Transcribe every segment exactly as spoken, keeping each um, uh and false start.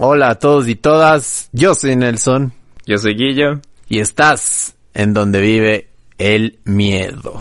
Hola a todos y todas, yo soy Nelson. Yo soy Guillo. Y estás en donde vive el miedo.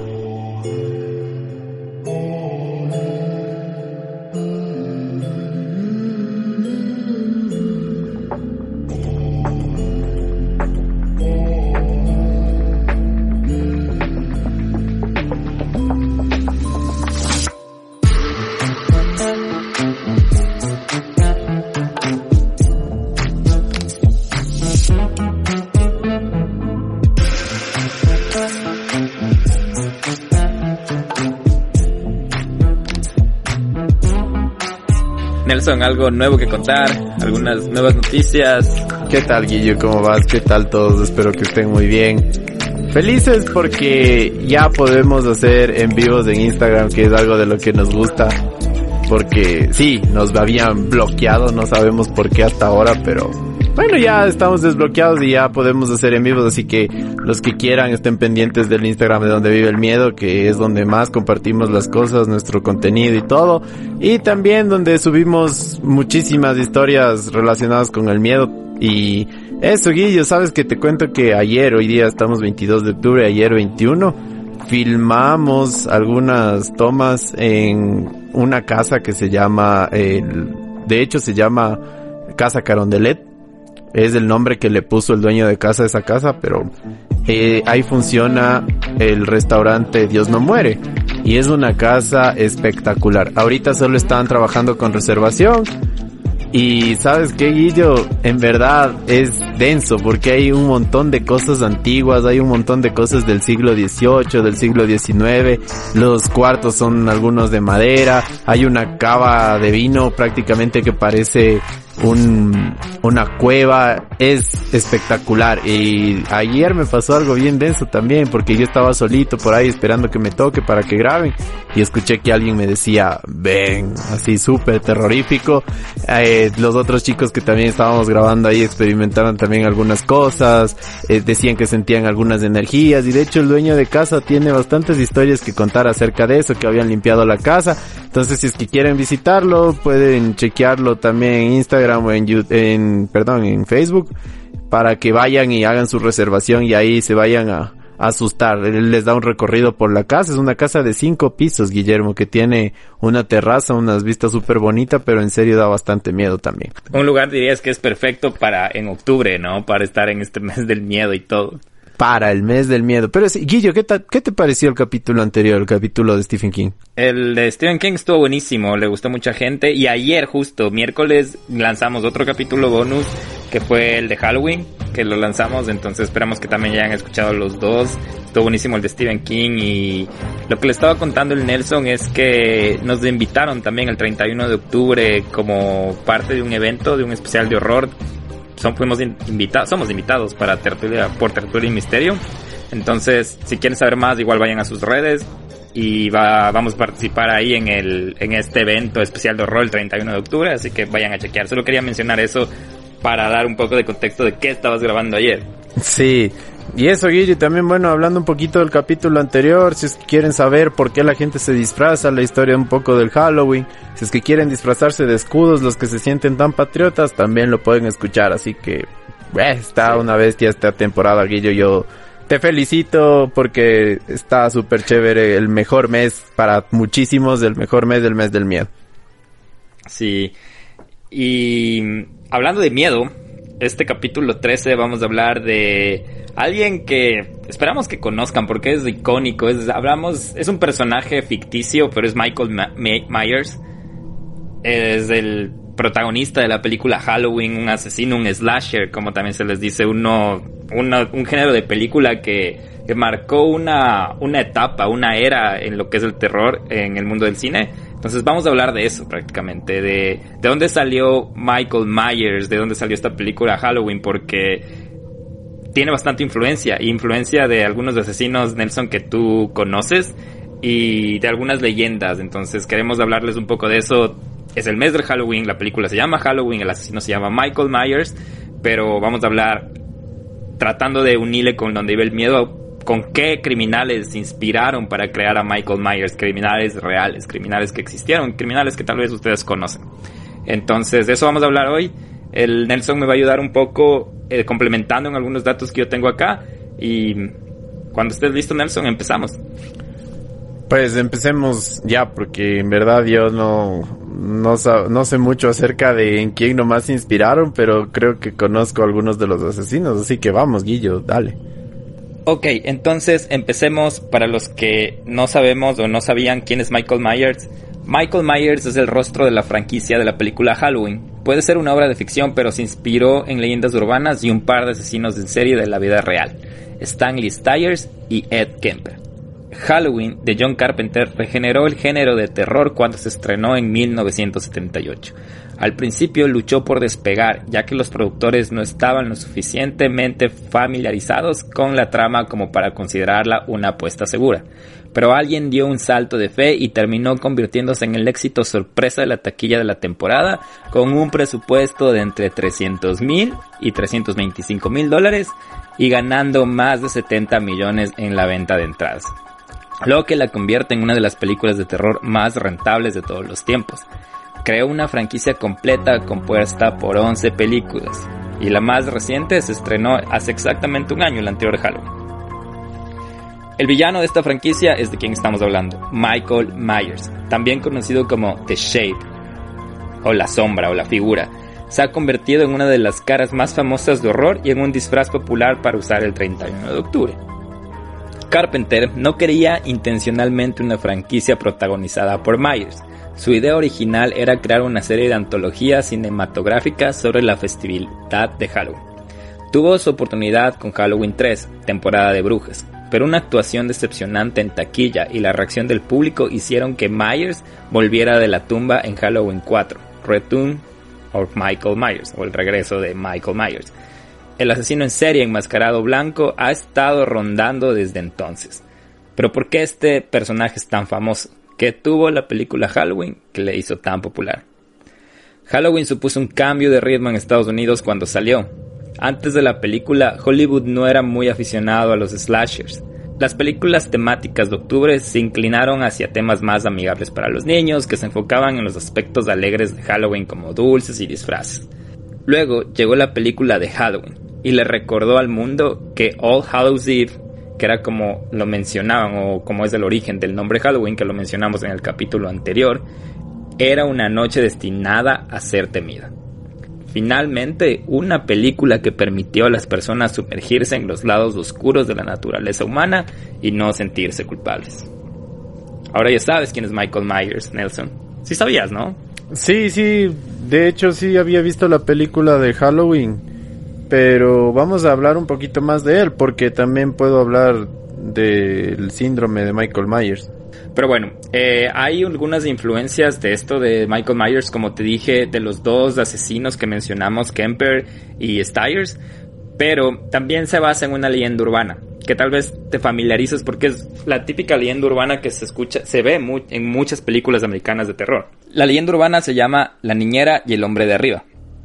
Nelson, algo nuevo que contar, algunas nuevas noticias. ¿Qué tal, Guillo? ¿Cómo vas? ¿Qué tal todos? Espero que estén muy bien. Felices porque ya podemos hacer en vivos en Instagram, que es algo de lo que nos gusta. Porque sí, nos habían bloqueado, no sabemos por qué hasta ahora, pero bueno, ya estamos desbloqueados y ya podemos hacer en vivos, así que los que quieran estén pendientes del Instagram de Donde Vive el Miedo, que es donde más compartimos las cosas, nuestro contenido y todo, y también donde subimos muchísimas historias relacionadas con el miedo. Y eso, Guillo, sabes que te cuento que ayer, hoy día estamos veintidós de octubre, ayer veintiuno, filmamos algunas tomas en una casa que se llama, eh, de hecho se llama Casa Carondelet. Es el nombre que le puso el dueño de casa a esa casa, pero eh, ahí funciona el restaurante Dios no muere. Y es una casa espectacular. Ahorita solo están trabajando con reservación. Y ¿sabes qué, Guillo? En verdad es denso porque hay un montón de cosas antiguas, hay un montón de cosas del siglo dieciocho, del siglo diecinueve. Los cuartos son algunos de madera. Hay una cava de vino prácticamente que parece un una cueva. Es espectacular. Y ayer me pasó algo bien denso también, porque yo estaba solito por ahí esperando que me toque para que graben y escuché que alguien me decía ven, así súper terrorífico. Eh, los otros chicos que también estábamos grabando ahí experimentaron también algunas cosas, eh, decían que sentían algunas energías, y de hecho el dueño de casa tiene bastantes historias que contar acerca de eso, que habían limpiado la casa. Entonces si es que quieren visitarlo, pueden chequearlo también en Instagram o en, YouTube, en perdón, en Facebook, para que vayan y hagan su reservación y ahí se vayan a, a asustar. Él les da un recorrido por la casa. Es una casa de cinco pisos, Guillermo, que tiene una terraza, unas vistas súper bonitas, pero en serio da bastante miedo también. Un lugar dirías que es perfecto para en octubre, ¿no? Para estar en este mes del miedo y todo. Para el mes del miedo. Pero sí, Guillo, ¿qué, ta- ¿qué te pareció el capítulo anterior, el capítulo de Stephen King? El de Stephen King estuvo buenísimo, le gustó a mucha gente. Y ayer, justo, miércoles, lanzamos otro capítulo bonus, que fue el de Halloween, que lo lanzamos. Entonces esperamos que también ya hayan escuchado los dos. Estuvo buenísimo el de Stephen King. Y lo que le estaba contando el Nelson es que nos invitaron también el treinta y uno de octubre como parte de un evento, de un especial de horror. Son, fuimos invitados, somos invitados para Tertulia, por Tertulia y Misterio. Entonces, si quieren saber más, igual vayan a sus redes y va, vamos a participar ahí en el, en este evento especial de horror el treinta y uno de octubre, así que vayan a chequear. Solo quería mencionar eso para dar un poco de contexto de qué estabas grabando ayer. Sí. Y eso, Guille, también, bueno, hablando un poquito del capítulo anterior, si es que quieren saber por qué la gente se disfraza, la historia un poco del Halloween, si es que quieren disfrazarse de escudos, los que se sienten tan patriotas, también lo pueden escuchar, así que, eh, está sí. Una bestia esta temporada, Guille, yo te felicito porque está súper chévere, el mejor mes para muchísimos, el mejor mes del mes del miedo. Sí, y hablando de miedo, este capítulo trece vamos a hablar de alguien que esperamos que conozcan porque es icónico. Es, hablamos, es un personaje ficticio, pero es Michael Ma- Ma- Myers. Es el protagonista de la película Halloween, un asesino, un slasher, como también se les dice, uno, uno un género de película que, que marcó una, una etapa, una era en lo que es el terror en el mundo del cine. Entonces vamos a hablar de eso prácticamente, de, de dónde salió Michael Myers, de dónde salió esta película Halloween, porque tiene bastante influencia, influencia de algunos asesinos, Nelson, que tú conoces, y de algunas leyendas. Entonces queremos hablarles un poco de eso. Es el mes del Halloween, la película se llama Halloween, el asesino se llama Michael Myers, pero vamos a hablar tratando de unirle con Donde Vive el Miedo, con qué criminales se inspiraron para crear a Michael Myers, criminales reales, criminales que existieron, criminales que tal vez ustedes conocen. Entonces, de eso vamos a hablar hoy. El Nelson me va a ayudar un poco eh, complementando en algunos datos que yo tengo acá. Y cuando estés listo, Nelson, empezamos. Pues empecemos ya, porque en verdad yo no, no, no sé mucho acerca de en quién nomás se inspiraron, pero creo que conozco a algunos de los asesinos, así que vamos, Guillo, dale. Ok, entonces empecemos. Para los que no sabemos o no sabían quién es Michael Myers. Michael Myers es el rostro de la franquicia de la película Halloween. Puede ser una obra de ficción, pero se inspiró en leyendas urbanas y un par de asesinos en serie de la vida real, Stanley Stiers y Ed Kemper. Halloween de John Carpenter regeneró el género de terror cuando se estrenó en mil novecientos setenta y ocho. Al principio luchó por despegar, ya que los productores no estaban lo suficientemente familiarizados con la trama como para considerarla una apuesta segura. Pero alguien dio un salto de fe y terminó convirtiéndose en el éxito sorpresa de la taquilla de la temporada, con un presupuesto de entre trescientos mil y trescientos veinticinco mil dólares y ganando más de setenta millones en la venta de entradas, lo que la convierte en una de las películas de terror más rentables de todos los tiempos. Creó una franquicia completa compuesta por once películas, y la más reciente se estrenó hace exactamente un año, el anterior Halloween. El villano de esta franquicia es de quien estamos hablando, Michael Myers, también conocido como The Shape, o la sombra o la figura. Se ha convertido en una de las caras más famosas de horror y en un disfraz popular para usar el treinta y uno de octubre. Carpenter no quería intencionalmente una franquicia protagonizada por Myers. Su idea original era crear una serie de antologías cinematográficas sobre la festividad de Halloween. Tuvo su oportunidad con Halloween tres, temporada de brujas, pero una actuación decepcionante en taquilla y la reacción del público hicieron que Myers volviera de la tumba en Halloween cuatro, Return of Michael Myers, o el regreso de Michael Myers. El asesino en serie enmascarado blanco ha estado rondando desde entonces. Pero ¿por qué este personaje es tan famoso? ¿Qué tuvo la película Halloween que le hizo tan popular? Halloween supuso un cambio de ritmo en Estados Unidos cuando salió. Antes de la película, Hollywood no era muy aficionado a los slashers. Las películas temáticas de octubre se inclinaron hacia temas más amigables para los niños, que se enfocaban en los aspectos alegres de Halloween como dulces y disfraces. Luego llegó la película de Halloween y le recordó al mundo que All Hallows Eve, que era como lo mencionaban o como es el origen del nombre Halloween, que lo mencionamos en el capítulo anterior, era una noche destinada a ser temida. Finalmente, una película que permitió a las personas sumergirse en los lados oscuros de la naturaleza humana y no sentirse culpables. Ahora ya sabes quién es Michael Myers, Nelson. Sí sabías, ¿no? Sí, sí, de hecho sí había visto la película de Halloween, pero vamos a hablar un poquito más de él, porque también puedo hablar del síndrome de Michael Myers. Pero bueno, eh, hay algunas influencias de esto de Michael Myers, como te dije, de los dos asesinos que mencionamos, Kemper y Stiers, pero también se basa en una leyenda urbana, que tal vez te familiarices porque es la típica leyenda urbana que se escucha, se ve muy, en muchas películas americanas de terror. La leyenda urbana se llama La Niñera y el Hombre de Arriba.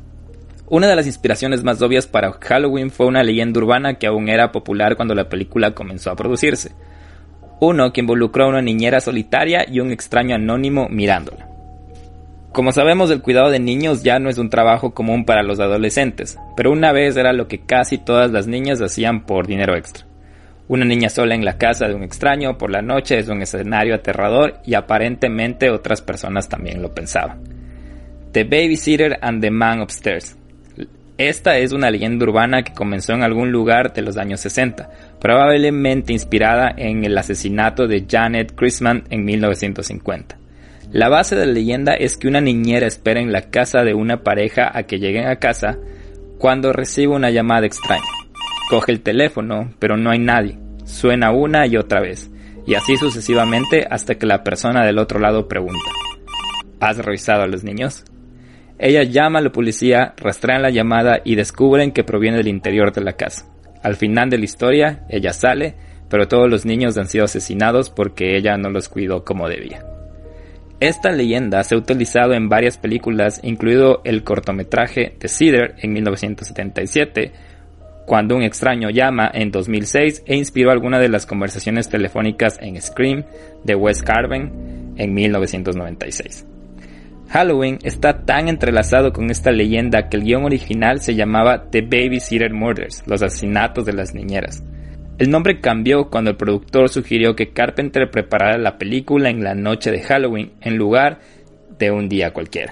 Una de las inspiraciones más obvias para Halloween fue una leyenda urbana que aún era popular cuando la película comenzó a producirse. Uno que involucró a una niñera solitaria y un extraño anónimo mirándola. Como sabemos, el cuidado de niños ya no es un trabajo común para los adolescentes, pero una vez era lo que casi todas las niñas hacían por dinero extra. Una niña sola en la casa de un extraño por la noche es un escenario aterrador y aparentemente otras personas también lo pensaban. The Babysitter and the Man Upstairs. Esta es una leyenda urbana que comenzó en algún lugar de los años sesenta, probablemente inspirada en el asesinato de Janet Christman en mil novecientos cincuenta. La base de la leyenda es que una niñera espera en la casa de una pareja a que lleguen a casa cuando recibe una llamada extraña. Coge el teléfono, pero no hay nadie. Suena una y otra vez, y así sucesivamente hasta que la persona del otro lado pregunta: ¿has revisado a los niños? Ella llama a la policía, rastrean la llamada y descubren que proviene del interior de la casa. Al final de la historia, ella sale, pero todos los niños han sido asesinados porque ella no los cuidó como debía. Esta leyenda se ha utilizado en varias películas, incluido el cortometraje The Cedar en mil novecientos setenta y siete, Cuando un extraño llama en dos mil seis, e inspiró algunas de las conversaciones telefónicas en Scream de Wes Craven en mil novecientos noventa y seis. Halloween está tan entrelazado con esta leyenda que el guión original se llamaba The Babysitter Murders, los asesinatos de las niñeras. El nombre cambió cuando el productor sugirió que Carpenter preparara la película en la noche de Halloween en lugar de un día cualquiera.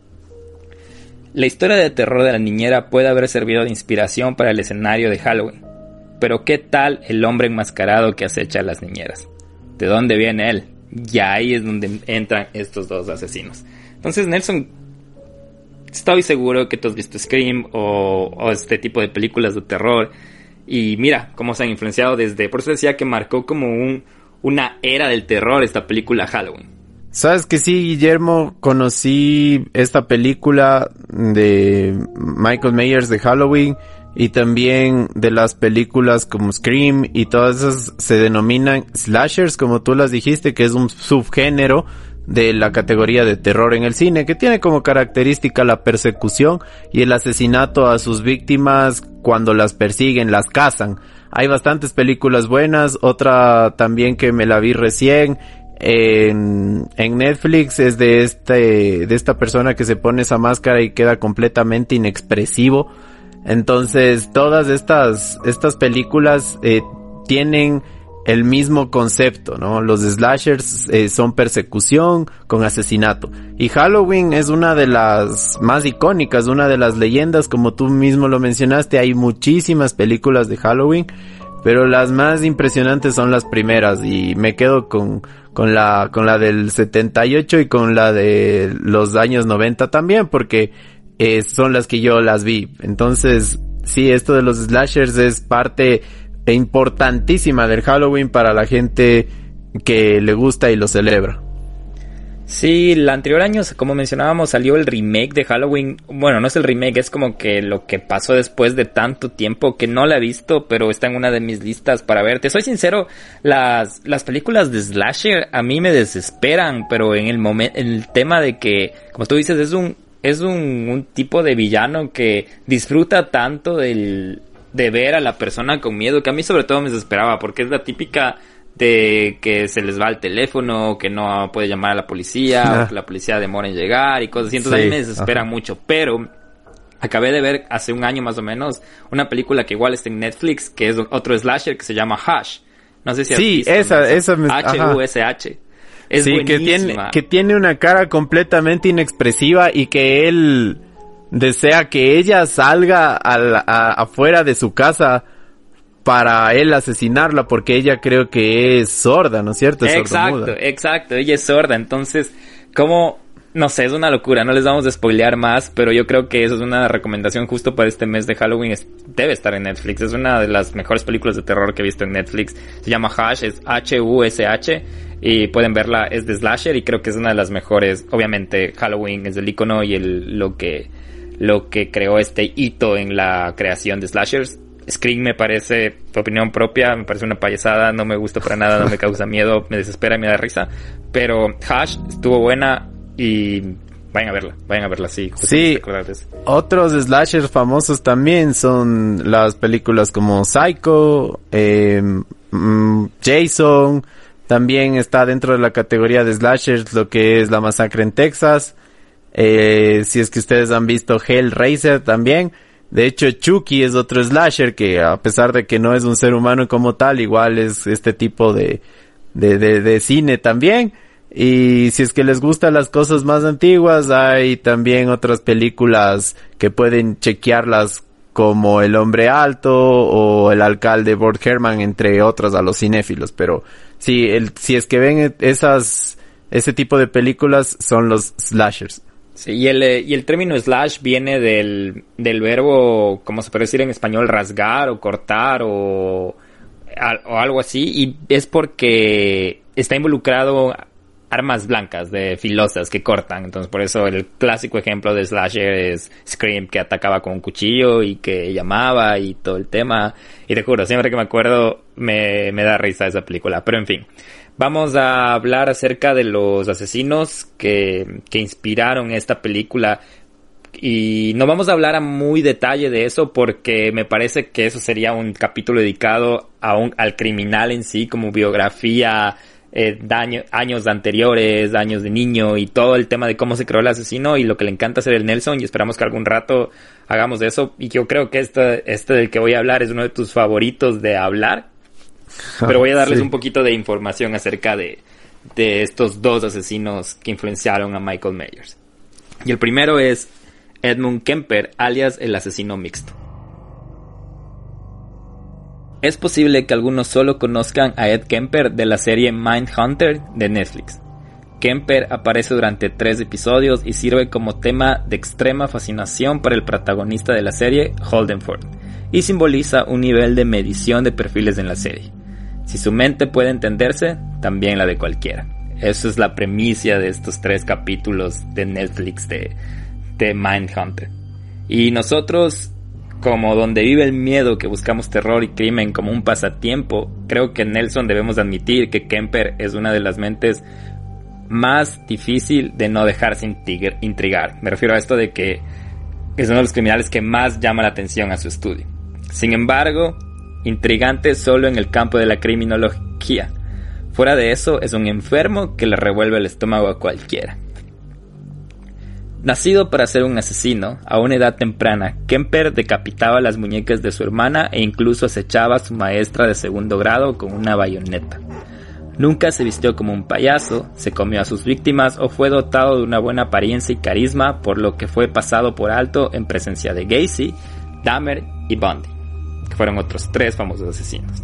La historia de terror de la niñera puede haber servido de inspiración para el escenario de Halloween, pero ¿qué tal el hombre enmascarado que acecha a las niñeras? ¿De dónde viene él? Y ahí es donde entran estos dos asesinos. Entonces, Nelson, estoy seguro que tú has visto Scream o, o este tipo de películas de terror. Y mira cómo se han influenciado desde... Por eso decía que marcó como un, una era del terror esta película Halloween. Sabes que sí, Guillermo, conocí esta película de Michael Myers de Halloween y también de las películas como Scream, y todas esas se denominan slashers, como tú las dijiste, que es un subgénero de la categoría de terror en el cine, que tiene como característica la persecución y el asesinato a sus víctimas cuando las persiguen, las cazan. Hay bastantes películas buenas, otra también que me la vi recién en, en Netflix es de este, de esta persona que se pone esa máscara y queda completamente inexpresivo. Entonces, todas estas, estas películas eh, tienen el mismo concepto, ¿no? Los slashers eh, son persecución con asesinato. Y Halloween es una de las más icónicas, una de las leyendas, como tú mismo lo mencionaste. Hay muchísimas películas de Halloween, pero las más impresionantes son las primeras. Y me quedo con, con la, con la del setenta y ocho y con la de los años noventa también, porque eh, son las que yo las vi. Entonces, sí, esto de los slashers es parte importantísima del Halloween para la gente que le gusta y lo celebra. Sí, el anterior año, como mencionábamos, salió el remake de Halloween. Bueno, no es el remake, es como que lo que pasó después de tanto tiempo que no la he visto, pero está en una de mis listas para ver. Te soy sincero, las, las películas de slasher a mí me desesperan, pero en el momento, en el tema de que, como tú dices, es un, es un, un tipo de villano que disfruta tanto del, de ver a la persona con miedo, que a mí sobre todo me desesperaba, porque es la típica de que se les va el teléfono, que no puede llamar a la policía, ah. o que la policía demora en llegar y cosas así. Entonces sí, a mí me desespera ajá. mucho, pero acabé de ver hace un año más o menos una película que igual está en Netflix, que es otro slasher que se llama Hush. No sé si has sí, visto. Sí, esa, esa me... H U S H. Es sí, que tiene, que tiene una cara completamente inexpresiva y que él desea que ella salga a la, a, afuera de su casa para él asesinarla, porque ella creo que es sorda, ¿no es cierto? Es exacto, sordomuda. Exacto, ella es sorda. Entonces, como, no sé, es una locura, no les vamos a spoilear más, pero yo creo que eso es una recomendación justo para este mes de Halloween. Es, debe estar en Netflix, es una de las mejores películas de terror que he visto en Netflix. Se llama Hush, es H U S H, y pueden verla, es de slasher y creo que es una de las mejores. Obviamente Halloween es el icono y el, lo que, lo que creó este hito en la creación de slashers. Scream me parece, tu opinión propia, me parece una payasada, no me gusta para nada, no me causa miedo, me desespera y me da risa. Pero Hush estuvo buena y vayan a verla, vayan a verla, sí. Sí, otros slashers famosos también son las películas como Psycho, eh, Jason, también está dentro de la categoría de slashers lo que es La Masacre en Texas. Eh, si es que ustedes han visto Hellraiser también. De hecho, Chucky es otro slasher que, a pesar de que no es un ser humano como tal, igual es este tipo de, de, de, de cine también. Y si es que les gustan las cosas más antiguas, hay también otras películas que pueden chequearlas, como El Hombre Alto o El Alcalde Burt Herman, entre otras a los cinéfilos. Pero sí, el, si es que ven esas, ese tipo de películas, son los slashers. Sí, y el, y el término slash viene del, del verbo, como se puede decir en español, rasgar o cortar o, o algo así, y es porque está involucrado armas blancas de filosas que cortan. Entonces, por eso el clásico ejemplo de slasher es Scream, que atacaba con un cuchillo y que llamaba y todo el tema. Y te juro, siempre que me acuerdo me, me da risa esa película, pero en fin. Vamos a hablar acerca de los asesinos que, que inspiraron esta película. Y no vamos a hablar a muy detalle de eso porque me parece que eso sería un capítulo dedicado a un, al criminal en sí, como biografía eh, daño, años anteriores, años de niño y todo el tema de cómo se creó el asesino y lo que le encanta hacer el Nelson, y esperamos que algún rato hagamos de eso. Y yo creo que este, este del que voy a hablar es uno de tus favoritos de hablar, pero voy a darles sí. un poquito de información acerca de, de estos dos asesinos que influenciaron a Michael Myers. Y el primero es Edmund Kemper, alias el asesino mixto. Es posible que algunos solo conozcan a Ed Kemper de la serie Mindhunter de Netflix. Kemper aparece durante tres episodios y sirve como tema de extrema fascinación para el protagonista de la serie, Holden Ford, y simboliza un nivel de medición de perfiles en la serie. Si su mente puede entenderse, también la de cualquiera. Eso es la premisa de estos tres capítulos de Netflix de, de Mindhunter. Y nosotros, como donde vive el miedo, que buscamos terror y crimen como un pasatiempo, creo que en Nelson debemos admitir que Kemper es una de las mentes más difícil de no dejarse intrigar. Me refiero a esto de que es uno de los criminales que más llama la atención a su estudio. Sin embargo, intrigante solo en el campo de la criminología. Fuera de eso, es un enfermo que le revuelve el estómago a cualquiera. Nacido para ser un asesino, a una edad temprana, Kemper decapitaba las muñecas de su hermana e incluso acechaba a su maestra de segundo grado con una bayoneta. Nunca se vistió como un payaso, se comió a sus víctimas o fue dotado de una buena apariencia y carisma, por lo que fue pasado por alto en presencia de Gacy, Dahmer y Bundy, que fueron otros tres famosos asesinos.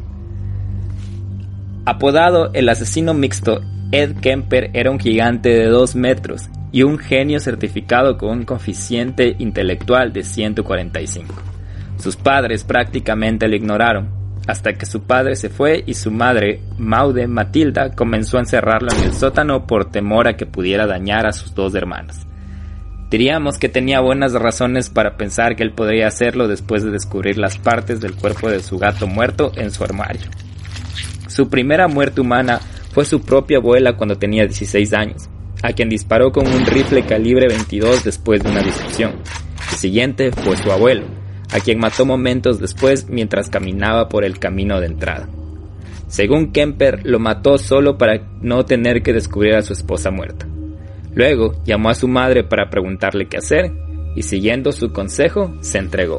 Apodado el asesino mixto, Ed Kemper era un gigante de dos metros y un genio certificado con un coeficiente intelectual de ciento cuarenta y cinco. Sus padres prácticamente lo ignoraron, hasta que su padre se fue y su madre, Maude Matilda, comenzó a encerrarlo en el sótano por temor a que pudiera dañar a sus dos hermanas. Diríamos que tenía buenas razones para pensar que él podría hacerlo después de descubrir las partes del cuerpo de su gato muerto en su armario. Su primera muerte humana fue su propia abuela cuando tenía dieciséis años, a quien disparó con un rifle calibre veintidós después de una discusión. El siguiente fue su abuelo, a quien mató momentos después mientras caminaba por el camino de entrada. Según Kemper, lo mató solo para no tener que descubrir a su esposa muerta. Luego llamó a su madre para preguntarle qué hacer y, siguiendo su consejo, se entregó.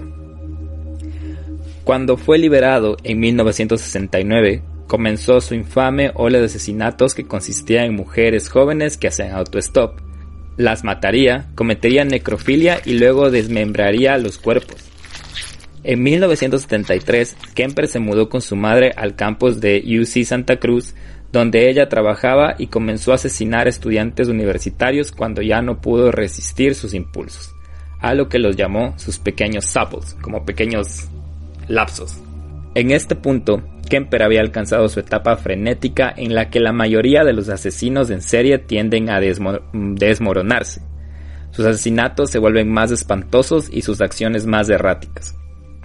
Cuando fue liberado en mil novecientos sesenta y nueve, comenzó su infame ola de asesinatos que consistía en mujeres jóvenes que hacían autostop. Las mataría, cometería necrofilia y luego desmembraría los cuerpos. En mil novecientos setenta y tres, Kemper se mudó con su madre al campus de U C Santa Cruz, donde ella trabajaba, y comenzó a asesinar estudiantes universitarios cuando ya no pudo resistir sus impulsos, a lo que los llamó sus pequeños samples, como pequeños lapsos. En este punto, Kemper había alcanzado su etapa frenética en la que la mayoría de los asesinos en serie tienden a desmo- desmoronarse. Sus asesinatos se vuelven más espantosos y sus acciones más erráticas.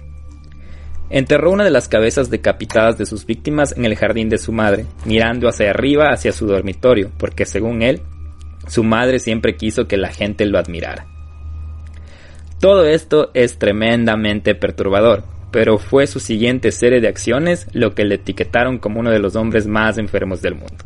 Enterró una de las cabezas decapitadas de sus víctimas en el jardín de su madre, mirando hacia arriba hacia su dormitorio, porque según él, su madre siempre quiso que la gente lo admirara. Todo esto es tremendamente perturbador, pero fue su siguiente serie de acciones lo que le etiquetaron como uno de los hombres más enfermos del mundo.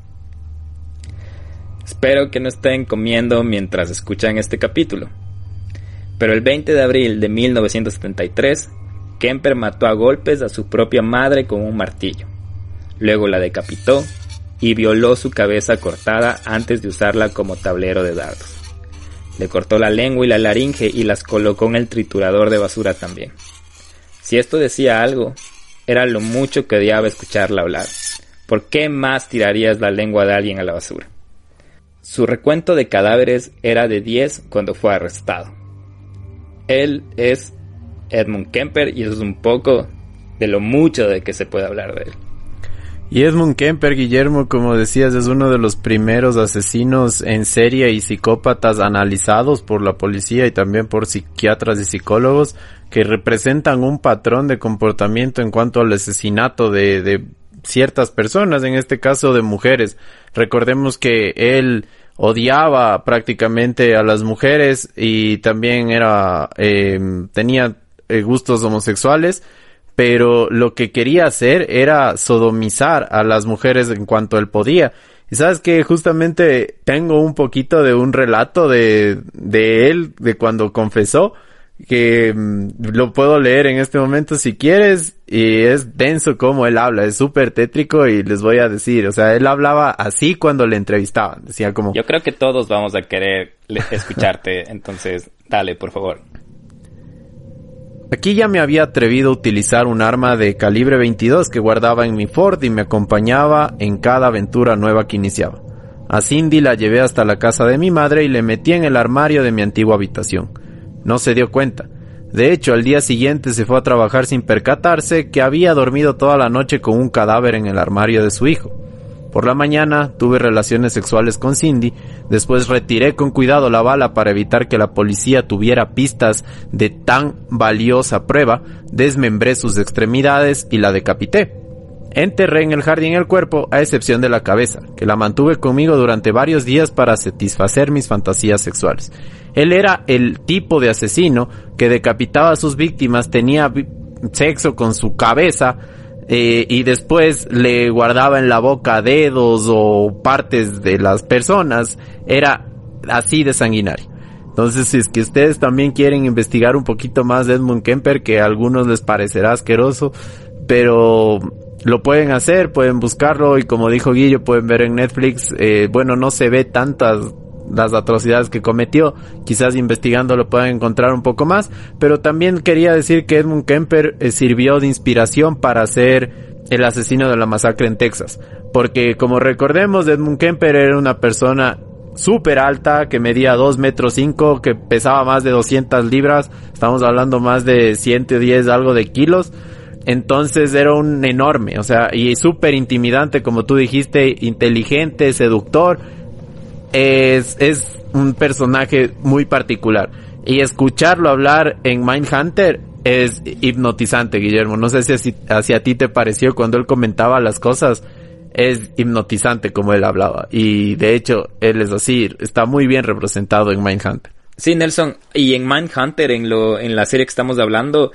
Espero que no estén comiendo mientras escuchan este capítulo. Pero el veinte de abril de mil novecientos setenta y tres, Kemper mató a golpes a su propia madre con un martillo. Luego la decapitó y violó su cabeza cortada antes de usarla como tablero de dardos. Le cortó la lengua y la laringe y las colocó en el triturador de basura también. Si esto decía algo, era lo mucho que odiaba escucharla hablar. ¿Por qué más tirarías la lengua de alguien a la basura? Su recuento de cadáveres era de diez cuando fue arrestado. Él es Edmund Kemper y eso es un poco de lo mucho de que se puede hablar de él. Y Edmund Kemper, Guillermo, como decías, es uno de los primeros asesinos en serie y psicópatas analizados por la policía y también por psiquiatras y psicólogos que representan un patrón de comportamiento en cuanto al asesinato de, de ciertas personas, en este caso de mujeres. Recordemos que él odiaba prácticamente a las mujeres y también era eh, tenía eh, gustos homosexuales, pero lo que quería hacer era sodomizar a las mujeres en cuanto él podía. Y sabes que justamente tengo un poquito de un relato de, de él, de cuando confesó, que mmm, lo puedo leer en este momento si quieres, y es denso como él habla, es súper tétrico y les voy a decir, o sea, él hablaba así cuando le entrevistaban, decía como... Yo creo que todos vamos a querer escucharte, entonces dale, por favor. Aquí ya me había atrevido a utilizar un arma de calibre veintidós que guardaba en mi Ford y me acompañaba en cada aventura nueva que iniciaba. A Cindy la llevé hasta la casa de mi madre y le metí en el armario de mi antigua habitación. No se dio cuenta. De hecho, al día siguiente se fue a trabajar sin percatarse que había dormido toda la noche con un cadáver en el armario de su hijo. Por la mañana tuve relaciones sexuales con Cindy, después retiré con cuidado la bala para evitar que la policía tuviera pistas de tan valiosa prueba, desmembré sus extremidades y la decapité. Enterré en el jardín el cuerpo, a excepción de la cabeza, que la mantuve conmigo durante varios días para satisfacer mis fantasías sexuales. Él era el tipo de asesino que decapitaba a sus víctimas, tenía sexo con su cabeza, Eh, y después le guardaba en la boca dedos o partes de las personas. Era así de sanguinario. Entonces, si es que ustedes también quieren investigar un poquito más de Edmund Kemper, que a algunos les parecerá asqueroso, pero lo pueden hacer, pueden buscarlo, y como dijo Guillo, pueden ver en Netflix. Eh, bueno, no se ve tantas las atrocidades que cometió, quizás investigando lo puedan encontrar un poco más, pero también quería decir que Edmund Kemper eh, sirvió de inspiración para ser el asesino de la masacre en Texas, porque como recordemos, Edmund Kemper era una persona súper alta, que medía dos metros cinco, que pesaba más de doscientas libras, estamos hablando más de ciento diez algo de kilos. Entonces era un enorme, o sea, y súper intimidante, como tú dijiste, inteligente, seductor. Es, es un personaje muy particular. Y escucharlo hablar en Mindhunter es hipnotizante, Guillermo. No sé si así, así a ti te pareció cuando él comentaba las cosas. Es hipnotizante como él hablaba. Y de hecho, él es así, está muy bien representado en Mindhunter. Sí, Nelson, y en Mindhunter, en lo, en la serie que estamos hablando,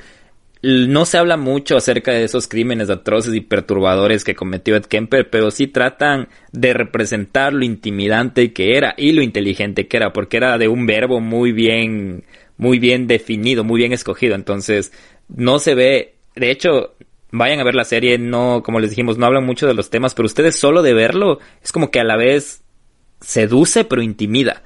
no se habla mucho acerca de esos crímenes atroces y perturbadores que cometió Ed Kemper, pero sí tratan de representar lo intimidante que era y lo inteligente que era, porque era de un verbo muy bien, muy bien definido, muy bien escogido. Entonces, no se ve, de hecho, vayan a ver la serie, no, como les dijimos, no hablan mucho de los temas, pero ustedes solo de verlo, es como que a la vez seduce pero intimida.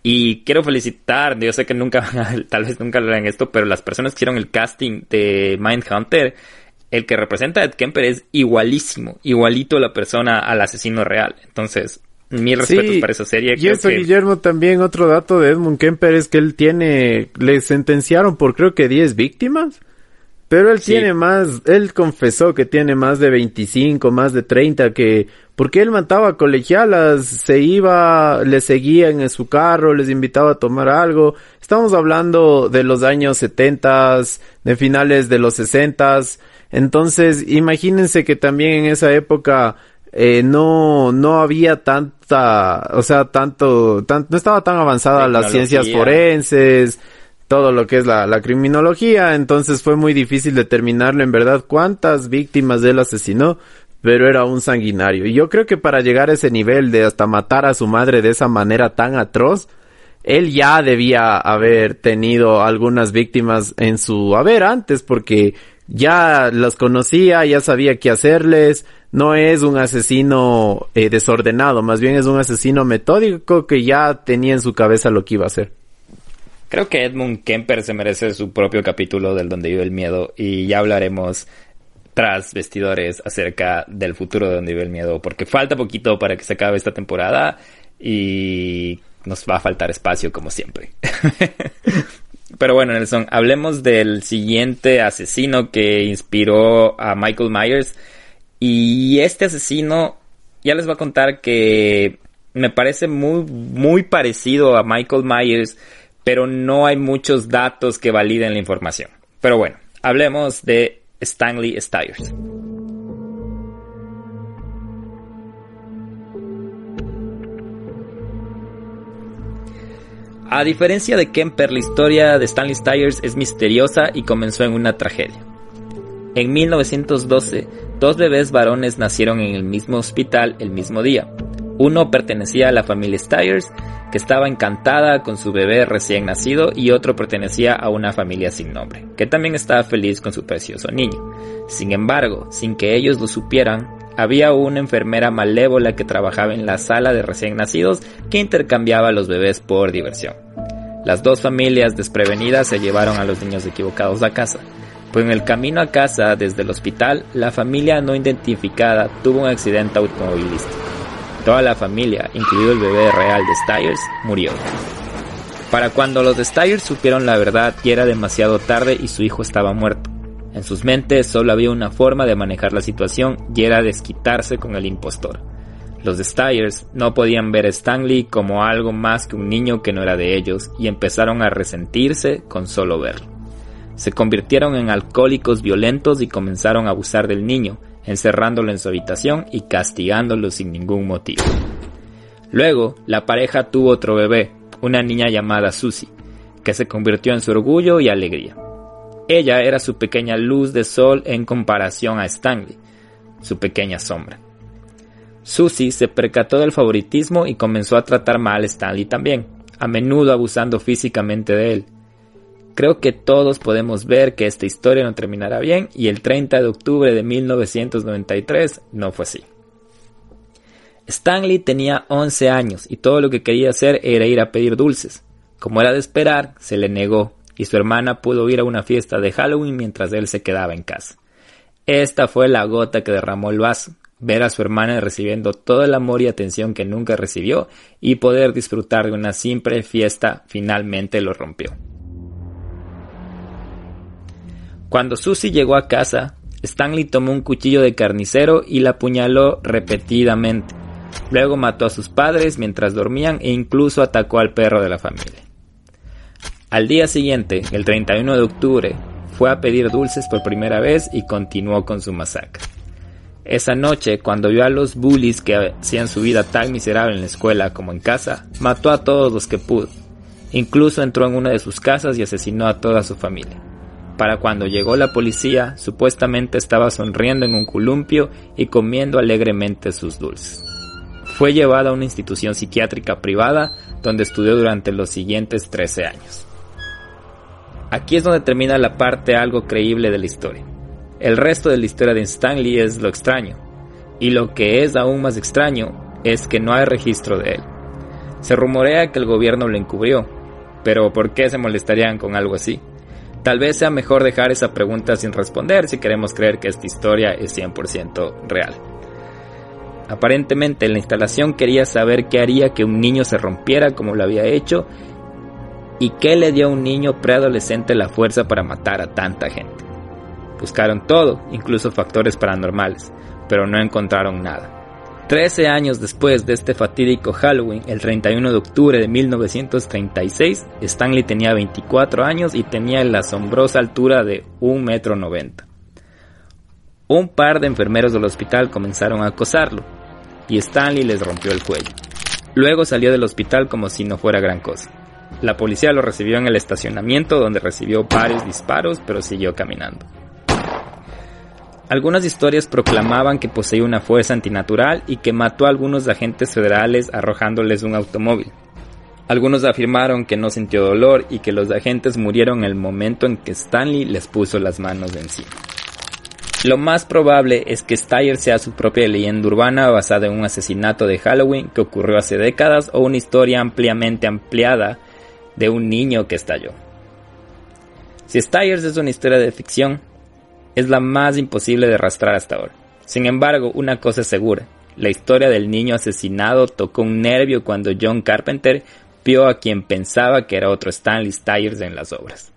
Y quiero felicitar, yo sé que nunca, tal vez nunca lo hagan esto, pero las personas que hicieron el casting de Mindhunter, el que representa a Ed Kemper es igualísimo, igualito la persona al asesino real. Entonces, mis respetos sí, para esa serie. Y eso, que... Guillermo, también otro dato de Edmund Kemper es que él tiene, le sentenciaron por creo que diez víctimas, pero él sí. tiene más, él confesó que tiene más de veinticinco, más de treinta, que... Porque él mataba colegialas, se iba, les seguían en su carro, les invitaba a tomar algo. Estamos hablando de los años setentas, de finales de los sesentas. Entonces, imagínense que también en esa época eh, no no había tanta, o sea, tanto, tan, no estaba tan avanzada las ciencias forenses, todo lo que es la, la criminología. Entonces fue muy difícil determinarlo en verdad cuántas víctimas él asesinó. Pero era un sanguinario. Y yo creo que para llegar a ese nivel de hasta matar a su madre de esa manera tan atroz, él ya debía haber tenido algunas víctimas en su haber antes, porque ya las conocía, ya sabía qué hacerles. No es un asesino eh, desordenado, más bien es un asesino metódico que ya tenía en su cabeza lo que iba a hacer. Creo que Edmund Kemper se merece su propio capítulo del Donde Vive el Miedo, y ya hablaremos tras vestidores acerca del futuro de Donde Vive el Miedo, porque falta poquito para que se acabe esta temporada y nos va a faltar espacio como siempre. Pero bueno, Nelson, hablemos del siguiente asesino que inspiró a Michael Myers. Y este asesino, ya les voy a contar que me parece muy, muy parecido a Michael Myers, pero no hay muchos datos que validen la información. Pero bueno, hablemos de Stanley Stiers. A diferencia de Kemper, la historia de Stanley Stiers es misteriosa y comenzó en una tragedia. En mil novecientos doce, dos bebés varones nacieron en el mismo hospital el mismo día. Uno pertenecía a la familia Stiers, que estaba encantada con su bebé recién nacido, y otro pertenecía a una familia sin nombre, que también estaba feliz con su precioso niño. Sin embargo, sin que ellos lo supieran, había una enfermera malévola que trabajaba en la sala de recién nacidos que intercambiaba a los bebés por diversión. Las dos familias desprevenidas se llevaron a los niños equivocados a casa, pues en el camino a casa desde el hospital, la familia no identificada tuvo un accidente automovilístico. Toda la familia, incluido el bebé real de Stiers, murió. Para cuando los de Stiers supieron la verdad, ya era demasiado tarde y su hijo estaba muerto. En sus mentes solo había una forma de manejar la situación, y era desquitarse con el impostor. Los de Stiers no podían ver a Stanley como algo más que un niño que no era de ellos, y empezaron a resentirse con solo verlo. Se convirtieron en alcohólicos violentos y comenzaron a abusar del niño, encerrándolo en su habitación y castigándolo sin ningún motivo. Luego, la pareja tuvo otro bebé, una niña llamada Susie, que se convirtió en su orgullo y alegría. Ella era su pequeña luz de sol en comparación a Stanley, su pequeña sombra. Susie se percató del favoritismo y comenzó a tratar mal a Stanley también, a menudo abusando físicamente de él. Creo que todos podemos ver que esta historia no terminará bien, y el treinta de octubre de mil novecientos noventa y tres no fue así. Stanley tenía once años y todo lo que quería hacer era ir a pedir dulces. Como era de esperar, se le negó, y su hermana pudo ir a una fiesta de Halloween mientras él se quedaba en casa. Esta fue la gota que derramó el vaso. Ver a su hermana recibiendo todo el amor y atención que nunca recibió, y poder disfrutar de una simple fiesta finalmente lo rompió. Cuando Susie llegó a casa, Stanley tomó un cuchillo de carnicero y la apuñaló repetidamente. Luego mató a sus padres mientras dormían e incluso atacó al perro de la familia. Al día siguiente, el treinta y uno de octubre, fue a pedir dulces por primera vez y continuó con su masacre. Esa noche, cuando vio a los bullies que hacían su vida tan miserable en la escuela como en casa, mató a todos los que pudo. Incluso entró en una de sus casas y asesinó a toda su familia. Para cuando llegó la policía, supuestamente estaba sonriendo en un columpio y comiendo alegremente sus dulces. Fue llevado a una institución psiquiátrica privada donde estudió durante los siguientes trece años. Aquí es donde termina la parte algo creíble de la historia. El resto de la historia de Stanley es lo extraño, y lo que es aún más extraño es que no hay registro de él. Se rumorea que el gobierno lo encubrió, pero ¿por qué se molestarían con algo así? Tal vez sea mejor dejar esa pregunta sin responder si queremos creer que esta historia es cien por ciento real. Aparentemente la instalación quería saber qué haría que un niño se rompiera como lo había hecho, y qué le dio a un niño preadolescente la fuerza para matar a tanta gente. Buscaron todo, incluso factores paranormales, pero no encontraron nada. Trece años después de este fatídico Halloween, el treinta y uno de octubre de mil novecientos treinta y seis, Stanley tenía veinticuatro años y tenía la asombrosa altura de un metro noventa. Un par de enfermeros del hospital comenzaron a acosarlo, y Stanley les rompió el cuello. Luego salió del hospital como si no fuera gran cosa. La policía lo recibió en el estacionamiento, donde recibió varios disparos, pero siguió caminando. Algunas historias proclamaban que poseía una fuerza antinatural y que mató a algunos agentes federales arrojándoles un automóvil. Algunos afirmaron que no sintió dolor y que los agentes murieron en el momento en que Stanley les puso las manos de encima. Lo más probable es que Stiers sea su propia leyenda urbana basada en un asesinato de Halloween que ocurrió hace décadas, o una historia ampliamente ampliada de un niño que estalló. Si Stiers es una historia de ficción, es la más imposible de rastrar hasta ahora. Sin embargo, una cosa es segura: la historia del niño asesinado tocó un nervio cuando John Carpenter vio a quien pensaba que era otro Stanley Stiers en las obras.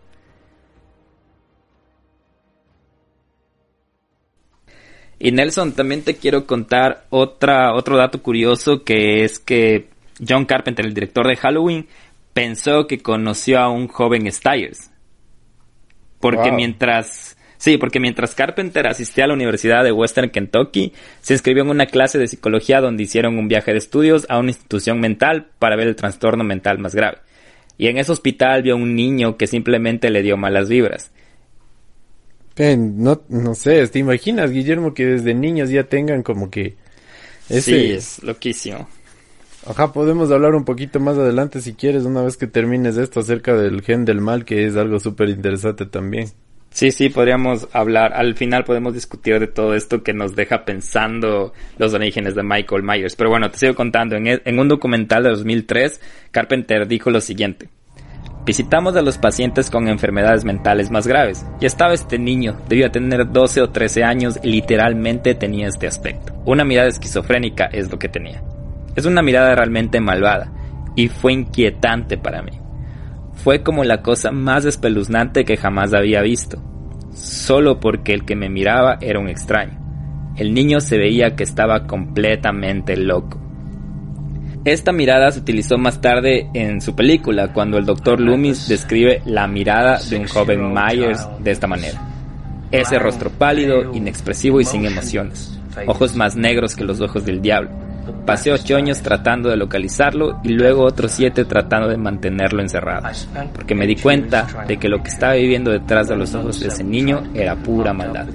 Y Nelson, también te quiero contar otra, otro dato curioso, que es que John Carpenter, el director de Halloween, pensó que conoció a un joven Stiers. Porque wow. mientras... Sí, porque mientras Carpenter asistía a la Universidad de Western Kentucky, se inscribió en una clase de psicología donde hicieron un viaje de estudios a una institución mental para ver el trastorno mental más grave. Y en ese hospital vio a un niño que simplemente le dio malas vibras. Pen, no, no sé, ¿te imaginas, Guillermo, que desde niños ya tengan como que... Ese... Sí, es loquísimo. Ajá, podemos hablar un poquito más adelante si quieres, una vez que termines esto, acerca del gen del mal, que es algo súper interesante también. Sí, sí, podríamos hablar, al final podemos discutir de todo esto que nos deja pensando los orígenes de Michael Myers. Pero bueno, te sigo contando. En, en un documental de dos mil tres, Carpenter dijo lo siguiente: visitamos a los pacientes con enfermedades mentales más graves, y estaba este niño, debía tener doce o trece años y literalmente tenía este aspecto. Una mirada esquizofrénica es lo que tenía. Es una mirada realmente malvada, y fue inquietante para mí. Fue como la cosa más espeluznante que jamás había visto, solo porque el que me miraba era un extraño. El niño se veía que estaba completamente loco. Esta mirada se utilizó más tarde en su película, cuando el doctor Loomis describe la mirada de un joven Myers de esta manera. Ese rostro pálido, inexpresivo y sin emociones, ojos más negros que los ojos del diablo. Pasé ocho años tratando de localizarlo y luego otros siete tratando de mantenerlo encerrado, porque me di cuenta de que lo que estaba viviendo detrás de los ojos de ese niño era pura maldad.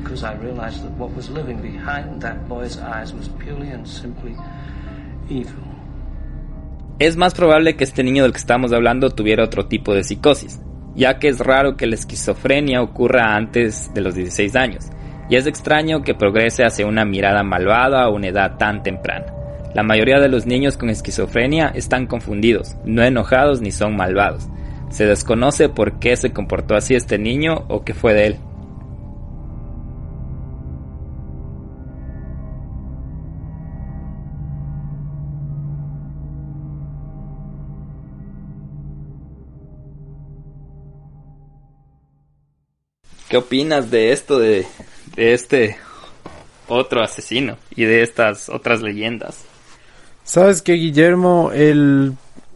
Es más probable que este niño del que estamos hablando tuviera otro tipo de psicosis, ya que es raro que la esquizofrenia ocurra antes de los dieciséis años, y es extraño que progrese hacia una mirada malvada a una edad tan temprana. La mayoría de los niños con esquizofrenia están confundidos, no enojados ni son malvados. Se desconoce por qué se comportó así este niño o qué fue de él. ¿Qué opinas de esto, de, de este otro asesino y de estas otras leyendas? ¿Sabes qué, Guillermo? El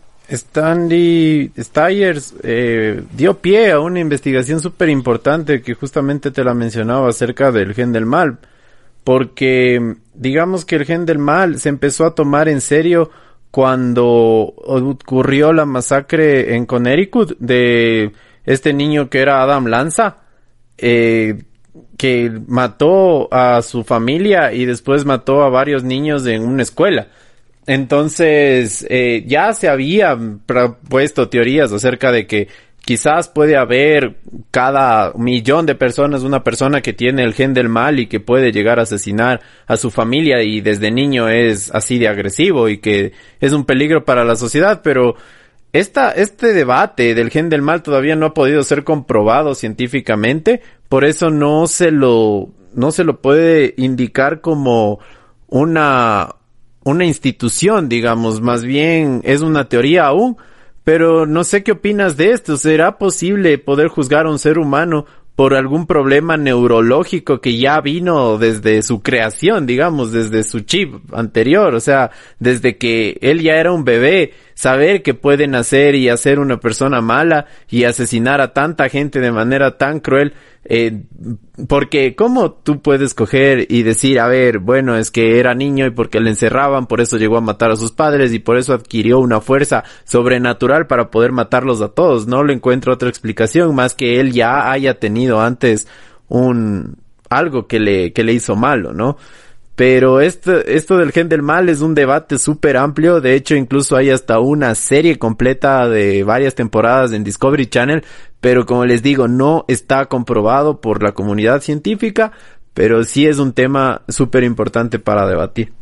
Stanley Stiers eh, dio pie a una investigación súper importante que justamente te la mencionaba acerca del gen del mal. Porque digamos que el gen del mal se empezó a tomar en serio cuando ocurrió la masacre en Connecticut de este niño que era Adam Lanza, eh, que mató a su familia y después mató a varios niños en una escuela. Entonces, eh, ya se había propuesto teorías acerca de que quizás puede haber cada millón de personas una persona que tiene el gen del mal y que puede llegar a asesinar a su familia y desde niño es así de agresivo y que es un peligro para la sociedad, pero esta, este debate del gen del mal todavía no ha podido ser comprobado científicamente, por eso no se lo, no se lo puede indicar como una una institución, digamos, más bien es una teoría aún, pero no sé qué opinas de esto. ¿Será posible poder juzgar a un ser humano por algún problema neurológico que ya vino desde su creación, digamos, desde su chip anterior? O sea, desde que él ya era un bebé, saber que puede nacer y hacer una persona mala y asesinar a tanta gente de manera tan cruel. Eh, porque ¿cómo tú puedes coger y decir, a ver, bueno, es que era niño y porque le encerraban, por eso llegó a matar a sus padres y por eso adquirió una fuerza sobrenatural para poder matarlos a todos? No le encuentro otra explicación más que él ya haya tenido antes un algo que le que le hizo malo, ¿no? Pero esto, esto del gen del mal es un debate súper amplio. De hecho, incluso hay hasta una serie completa de varias temporadas en Discovery Channel. Pero como les digo, no está comprobado por la comunidad científica. Pero sí es un tema súper importante para debatir.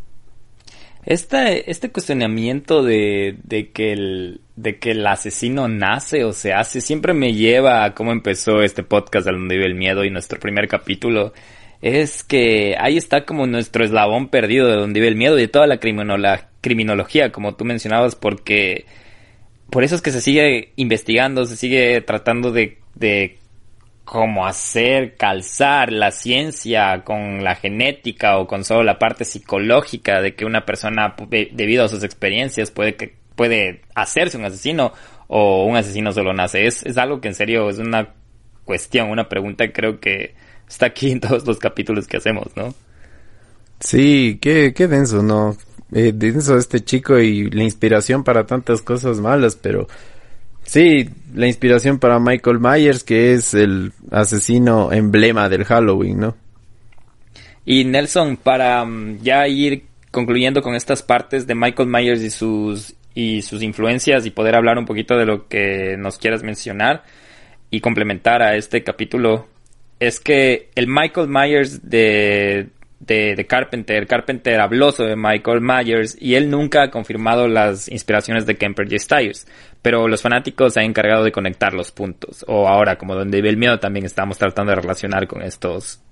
Este, este cuestionamiento de, de que el, de que el asesino nace o se hace siempre me lleva a cómo empezó este podcast de Donde Vive el Miedo y nuestro primer capítulo. Es que ahí está como nuestro eslabón perdido de Donde Vive el Miedo y de toda la criminolo- criminología, como tú mencionabas, porque por eso es que se sigue investigando, se sigue tratando de, de cómo hacer calzar la ciencia con la genética o con solo la parte psicológica de que una persona, debido a sus experiencias, puede, que, puede hacerse un asesino o un asesino solo nace. Es, es algo que en serio es una cuestión, una pregunta que creo que está aquí en todos los capítulos que hacemos, ¿no? Sí, qué, qué denso, ¿no? Eh, denso este chico y la inspiración para tantas cosas malas, pero sí, la inspiración para Michael Myers, que es el asesino emblema del Halloween, ¿no? Y Nelson, para um, ya ir concluyendo con estas partes de Michael Myers y sus, y sus influencias y poder hablar un poquito de lo que nos quieras mencionar y complementar a este capítulo, es que el Michael Myers de, de, de Carpenter, Carpenter habló sobre Michael Myers y él nunca ha confirmado las inspiraciones de Kemper y Stiers, pero los fanáticos se han encargado de conectar los puntos, o ahora, como Donde Vive el Miedo, también estamos tratando de relacionar con estos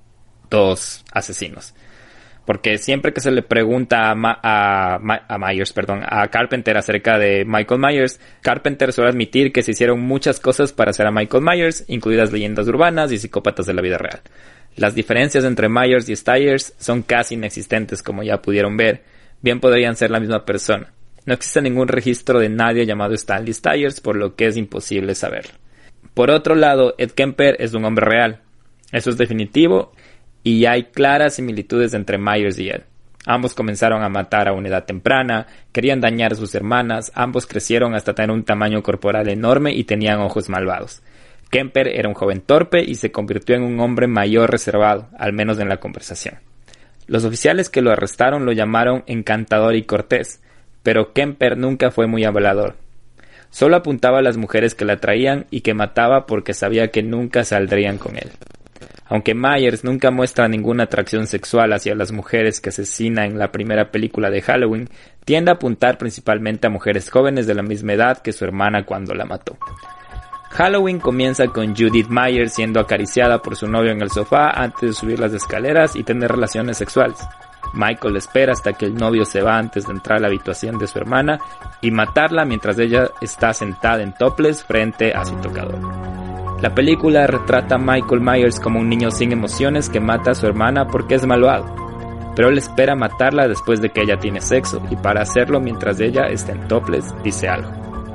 dos asesinos. Porque siempre que se le pregunta a, Ma- a, Ma- a Myers, perdón, a Carpenter acerca de Michael Myers, Carpenter suele admitir que se hicieron muchas cosas para hacer a Michael Myers, incluidas leyendas urbanas y psicópatas de la vida real. Las diferencias entre Myers y Stiers son casi inexistentes, como ya pudieron ver. Bien podrían ser la misma persona. No existe ningún registro de nadie llamado Stanley Stiers, por lo que es imposible saberlo. Por otro lado, Ed Kemper es un hombre real. Eso es definitivo. Y hay claras similitudes entre Myers y Ed. Ambos comenzaron a matar a una edad temprana, querían dañar a sus hermanas, ambos crecieron hasta tener un tamaño corporal enorme y tenían ojos malvados. Kemper era un joven torpe y se convirtió en un hombre mayor reservado, al menos en la conversación. Los oficiales que lo arrestaron lo llamaron encantador y cortés, pero Kemper nunca fue muy hablador. Solo apuntaba a las mujeres que la atraían y que mataba porque sabía que nunca saldrían con él. Aunque Myers nunca muestra ninguna atracción sexual hacia las mujeres que asesina en la primera película de Halloween, tiende a apuntar principalmente a mujeres jóvenes de la misma edad que su hermana cuando la mató. Halloween comienza con Judith Myers siendo acariciada por su novio en el sofá antes de subir las escaleras y tener relaciones sexuales. Michael espera hasta que el novio se va antes de entrar a la habitación de su hermana y matarla mientras ella está sentada en topless frente a su tocador. La película retrata a Michael Myers como un niño sin emociones que mata a su hermana porque es malvado, pero él espera matarla después de que ella tiene sexo y para hacerlo mientras ella está en topless dice algo.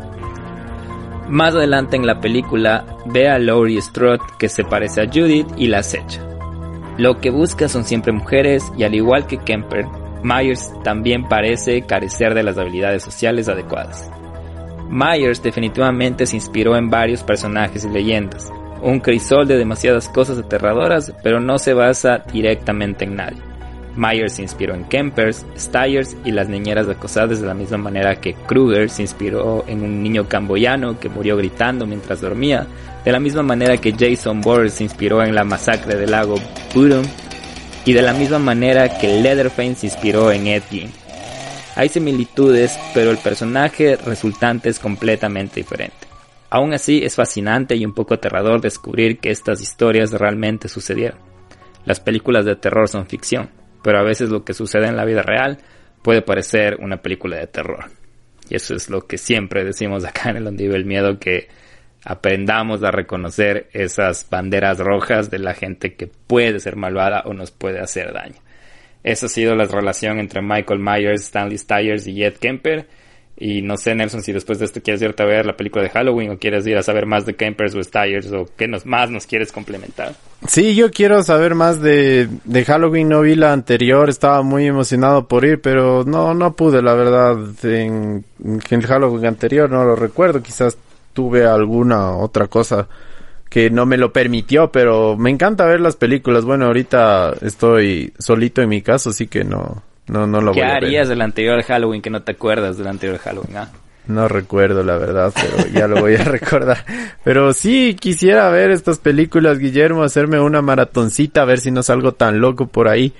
Más adelante en la película ve a Laurie Strode que se parece a Judith y la acecha. Lo que busca son siempre mujeres y al igual que Kemper, Myers también parece carecer de las habilidades sociales adecuadas. Myers definitivamente se inspiró en varios personajes y leyendas, un crisol de demasiadas cosas aterradoras, pero no se basa directamente en nadie. Myers se inspiró en Kempers, Stiers y las niñeras acosadas de la misma manera que Krueger se inspiró en un niño camboyano que murió gritando mientras dormía, de la misma manera que Jason Voorhees se inspiró en la masacre del lago Burum, y de la misma manera que Leatherface se inspiró en Ed Gein. Hay similitudes, pero el personaje resultante es completamente diferente. Aún así, es fascinante y un poco aterrador descubrir que estas historias realmente sucedieron. Las películas de terror son ficción, pero a veces lo que sucede en la vida real puede parecer una película de terror. Y eso es lo que siempre decimos acá en el Donde Vive el Miedo, que aprendamos a reconocer esas banderas rojas de la gente que puede ser malvada o nos puede hacer daño. Esa ha sido la relación entre Michael Myers, Stanley Stiers y Ed Kemper. Y no sé, Nelson, si después de esto quieres irte a ver la película de Halloween o quieres ir a saber más de Kempers o Stiers o qué nos, más nos quieres complementar. Sí, yo quiero saber más de, de Halloween. No vi la anterior, estaba muy emocionado por ir, pero no, no pude, la verdad. En, en el Halloween anterior no lo recuerdo, quizás tuve alguna otra cosa que no me lo permitió, pero me encanta ver las películas. Bueno, ahorita estoy solito en mi casa, así que no, no, no lo voy a ver. ¿Qué harías del anterior Halloween que no te acuerdas del anterior Halloween? ¿Ah? No recuerdo, la verdad, pero ya lo voy a recordar. Pero sí, quisiera ver estas películas, Guillermo, hacerme una maratoncita, a ver si no salgo tan loco por ahí.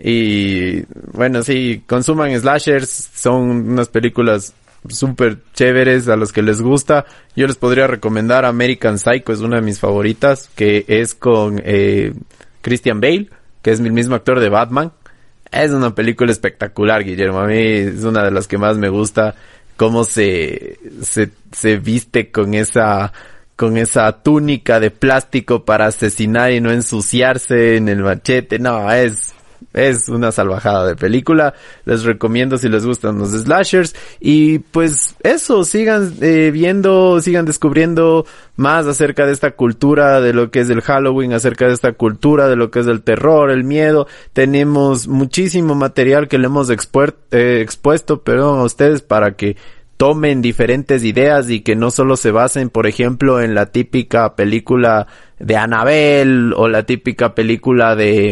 Y bueno, sí, consuman slashers, son unas películas súper chéveres a los que les gusta. Yo les podría recomendar American Psycho, es una de mis favoritas, que es con eh, Christian Bale, que es el mismo actor de Batman. Es una película espectacular, Guillermo, a mí es una de las que más me gusta, cómo se, se, se viste con esa, con esa túnica de plástico para asesinar y no ensuciarse en el machete. No, es, es una salvajada de película. Les recomiendo si les gustan los slashers. Y pues eso, sigan eh, viendo, sigan descubriendo más acerca de esta cultura de lo que es el Halloween, acerca de esta cultura de lo que es el terror, el miedo. Tenemos muchísimo material que le hemos expuer- eh, expuesto, perdón, a ustedes para que tomen diferentes ideas y que no solo se basen, por ejemplo, en la típica película de Annabelle o la típica película de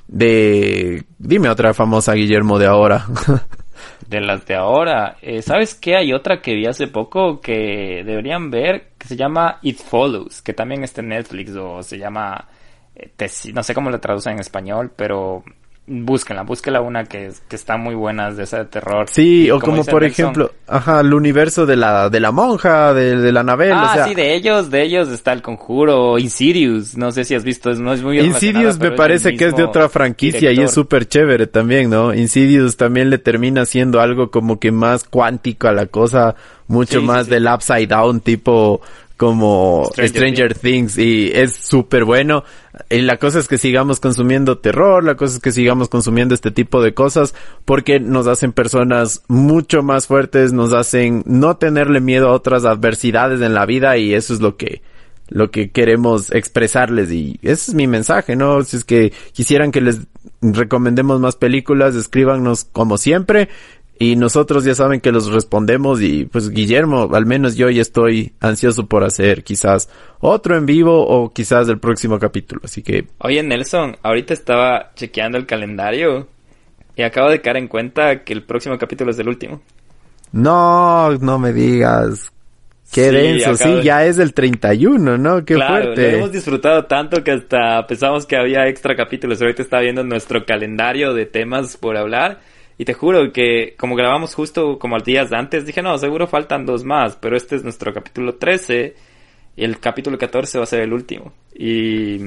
de... Dime otra famosa, Guillermo, de ahora. De las de ahora. Eh, ¿Sabes qué? Hay otra que vi hace poco que deberían ver, que se llama It Follows, que también está en Netflix, o se llama... Eh, Tesi- no sé cómo la traducen en español, pero... Búsquenla, búsquenla una que, que está muy buena, de esa de terror. Sí, y o como, como por Nelson, ejemplo, ajá, el universo de la de la monja, de, de la Annabelle. Ah, o sea, sí, de ellos, de ellos está El Conjuro, Insidious, no sé si has visto, no es muy Insidious me parece es que es de otra franquicia director. Y es súper chévere también, ¿no? Insidious también le termina siendo algo como que más cuántico a la cosa, mucho sí, más sí, sí. del Upside Down, tipo... como Stranger, Stranger Things. Things y es súper bueno. Y la cosa es que sigamos consumiendo terror, la cosa es que sigamos consumiendo este tipo de cosas porque nos hacen personas mucho más fuertes, nos hacen no tenerle miedo a otras adversidades en la vida y eso es lo que lo que queremos expresarles y ese es mi mensaje, ¿no? Si es que quisieran que les recomendemos más películas, escríbanos como siempre. Y nosotros ya saben que los respondemos y pues Guillermo, al menos yo ya estoy ansioso por hacer quizás otro en vivo o quizás el próximo capítulo, así que... Oye Nelson, ahorita estaba chequeando el calendario y acabo de caer en cuenta que el próximo capítulo es el último. No, no me digas. Qué sí, denso, sí, de... ya es el treinta y uno, ¿no? Qué claro, fuerte. Lo hemos disfrutado tanto que hasta pensamos que había extra capítulos. Ahorita estaba viendo nuestro calendario de temas por hablar. Y te juro que como grabamos justo como días antes, dije, no, seguro faltan dos más, pero este es nuestro capítulo trece y el capítulo catorce va a ser el último. Y,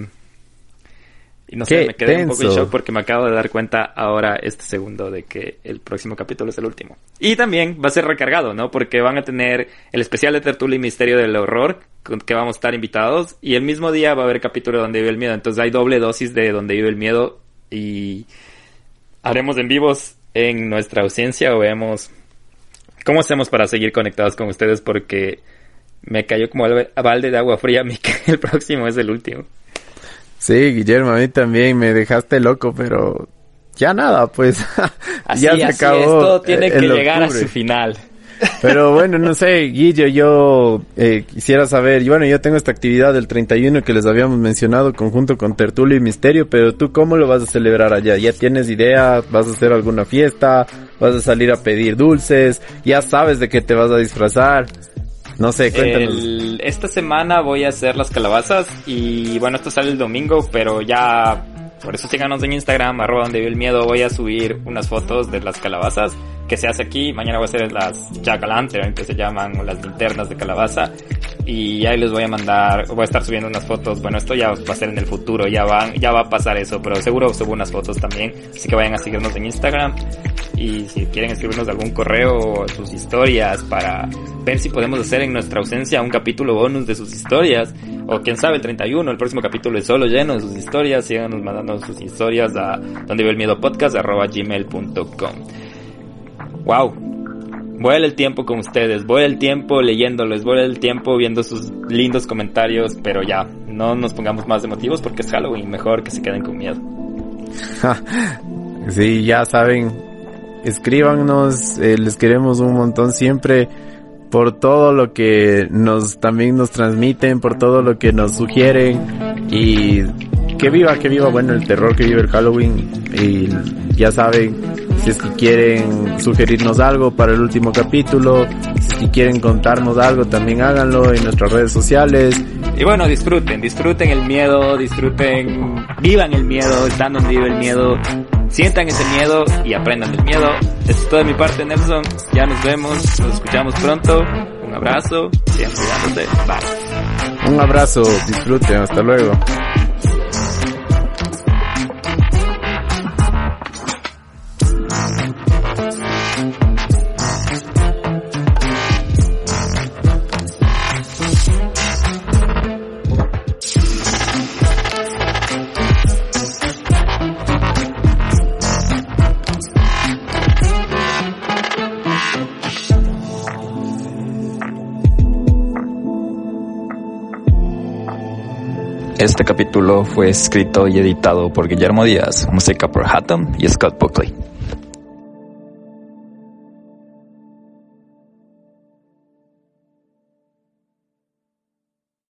y no sé, me quedé tenso. un poco en shock porque me acabo de dar cuenta ahora este segundo de que el próximo capítulo es el último. Y también va a ser recargado, ¿no? Porque van a tener el especial de Tertulia y Misterio del Horror, con que vamos a estar invitados, y el mismo día va a haber capítulo de Donde Vive el Miedo. Entonces hay doble dosis de Donde Vive el Miedo y haremos en vivos en nuestra ausencia o veamos cómo hacemos para seguir conectados con ustedes porque me cayó como a balde de agua fría a mí que el próximo es el último. Sí, Guillermo, a mí también me dejaste loco, pero ya nada, pues así, ya se así acabó. Es, todo tiene que octubre. llegar a su final. Pero bueno, no sé, Guillo, yo eh, quisiera saber, y bueno, yo tengo esta actividad del treinta y uno que les habíamos mencionado, conjunto con Tertulia y Misterio, pero tú, ¿cómo lo vas a celebrar allá? ¿Ya tienes idea? ¿Vas a hacer alguna fiesta? ¿Vas a salir a pedir dulces? ¿Ya sabes de qué te vas a disfrazar? No sé, cuéntanos. El, esta semana voy a hacer las calabazas y bueno, esto sale el domingo, pero ya... Por eso síganos en Instagram, arroba donde vive el miedo. Voy a subir unas fotos de las calabazas que se hace aquí. Mañana voy a hacer las jack-o'-lantern, que se llaman, o las linternas de calabaza. Y ahí les voy a mandar, voy a estar subiendo unas fotos. Bueno, esto ya va a ser en el futuro, ya van, ya va a pasar eso, pero seguro subo unas fotos también. Así que vayan a seguirnos en Instagram. Y si quieren escribirnos algún correo o sus historias para ver si podemos hacer en nuestra ausencia un capítulo bonus de sus historias. O quién sabe, el treinta y uno, el próximo capítulo es solo lleno de sus historias. Síganos mandando sus historias a donde vive el miedo podcast arroba gmail punto com. Wow, vuela el tiempo con ustedes, vuela el tiempo leyéndoles, vuela el tiempo viendo sus lindos comentarios, pero ya, no nos pongamos más emotivos porque es Halloween, mejor que se queden con miedo. Sí, ya saben, escríbanos, eh, les queremos un montón siempre por todo lo que nos también nos transmiten, por todo lo que nos sugieren y que viva, que viva, bueno, el terror, que viva el Halloween. Y ya saben, si es que quieren sugerirnos algo para el último capítulo, si es que quieren contarnos algo, también háganlo en nuestras redes sociales. Y bueno, disfruten, disfruten el miedo, disfruten, vivan el miedo, están donde vive el miedo, sientan ese miedo y aprendan del miedo. Esto es todo de mi parte, Nelson. Ya nos vemos, nos escuchamos pronto. Un abrazo, sigan cuidándose. Bye. Un abrazo, disfruten, hasta luego. Este capítulo fue escrito y editado por Guillermo Díaz, música por Hatem y Scott Buckley.